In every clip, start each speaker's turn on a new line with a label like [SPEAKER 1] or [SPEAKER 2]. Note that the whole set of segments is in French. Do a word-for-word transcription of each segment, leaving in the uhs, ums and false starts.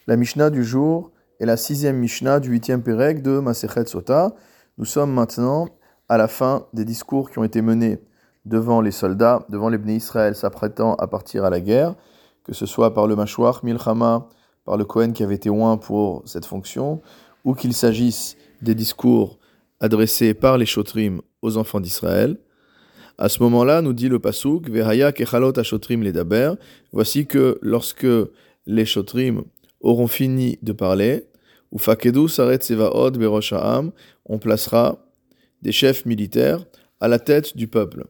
[SPEAKER 1] La Mishnah du jour est la sixième Mishnah du huitième Pérec de Masechet Sota. Nous sommes maintenant à la fin des discours qui ont été menés devant les soldats, devant les Bnei Israël s'apprêtant à partir à la guerre, que ce soit par le Mashwach Milchama, par le Kohen qui avait été oint pour cette fonction, ou qu'il s'agisse des discours adressés par les Shotrim aux enfants d'Israël. À ce moment-là, nous dit le Pasuk, Vehaya kechalot hashotrim ledaber. Voici que lorsque les Shotrim auront fini de parler, ou fakedu saret sevaot berosh ha'am, on placera des chefs militaires à la tête du peuple.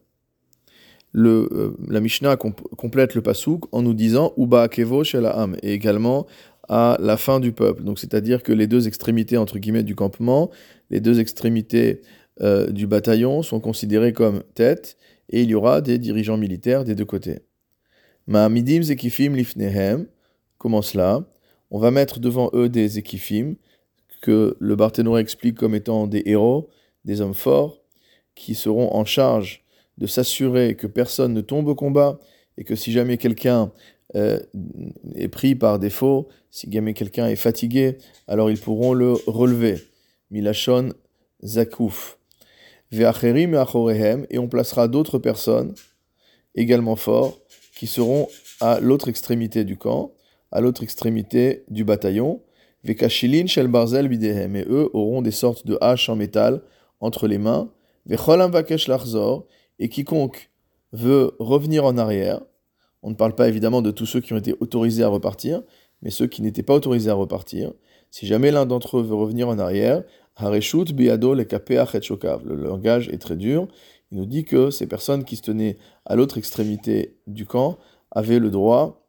[SPEAKER 1] Le, euh, la Mishnah comp- complète le Pasuk en nous disant Uba akevo shel ha'am, et également à la fin du peuple. Donc, c'est-à-dire que les deux extrémités entre guillemets du campement, les deux extrémités euh, du bataillon sont considérées comme tête, et il y aura des dirigeants militaires des deux côtés. Ma'amidim zekifim lifnehem, comment cela? On va mettre devant eux des ekifim, que le Barthénois explique comme étant des héros, des hommes forts, qui seront en charge de s'assurer que personne ne tombe au combat, et que si jamais quelqu'un euh, est pris par défaut, si jamais quelqu'un est fatigué, alors ils pourront le relever. Milachon Zakouf. Ve'acherim e'achorehem, et on placera d'autres personnes, également forts, qui seront à l'autre extrémité du camp, à l'autre extrémité du bataillon. Ve'kashilin shel barzel bidehem, et eux auront des sortes de haches en métal entre les mains. Ve'cholam vakesh lachzor, et quiconque veut revenir en arrière, on ne parle pas évidemment de tous ceux qui ont été autorisés à repartir, mais ceux qui n'étaient pas autorisés à repartir. Si jamais l'un d'entre eux veut revenir en arrière, hareshut biado lekapeach et shokav. Le langage est très dur. Il nous dit que ces personnes qui se tenaient à l'autre extrémité du camp avaient le droit,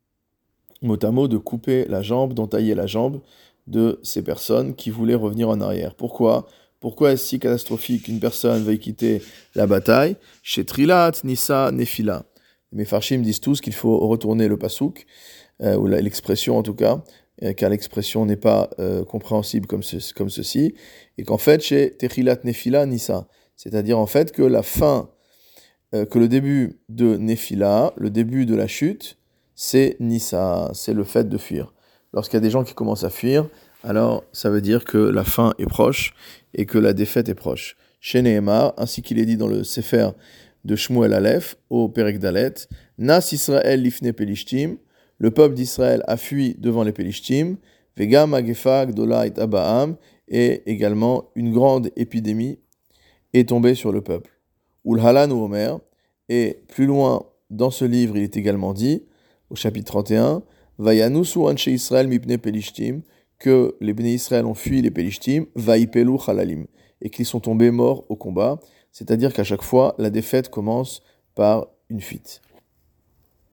[SPEAKER 1] mot à mot, de couper la jambe, d'entailler la jambe de ces personnes qui voulaient revenir en arrière. Pourquoi ? Pourquoi est-ce si catastrophique qu'une personne veuille quitter la bataille ? Chez Trilat, Nissa, Nefila. Les Mefarshim disent tous qu'il faut retourner le pasuk, euh, ou la, l'expression en tout cas, euh, car l'expression n'est pas euh, compréhensible comme, ce, comme ceci, et qu'en fait, chez Trilat, Nefila, Nissa, c'est-à-dire en fait que la fin, euh, que le début de Nefila, le début de la chute, c'est Nissa, c'est le fait de fuir. Lorsqu'il y a des gens qui commencent à fuir, alors ça veut dire que la fin est proche et que la défaite est proche. Chez Nehemar, ainsi qu'il est dit dans le Sefer de Shmuel Aleph, au Perek Dalet, Nas Israël lifne Pelishtim, le peuple d'Israël a fui devant les Pelishtim, Vegam Agefa Gdola et Abaam, et également une grande épidémie est tombée sur le peuple. Ulhalan ou Omer, et plus loin dans ce livre, il est également dit, au chapitre trente et un, Vayanusu Anshe Israël mipne Pelishtim, que les Bnei Israël ont fui les Pelishtim, Vaipelu Chalalim, et qu'ils sont tombés morts au combat, c'est-à-dire qu'à chaque fois, la défaite commence par une fuite.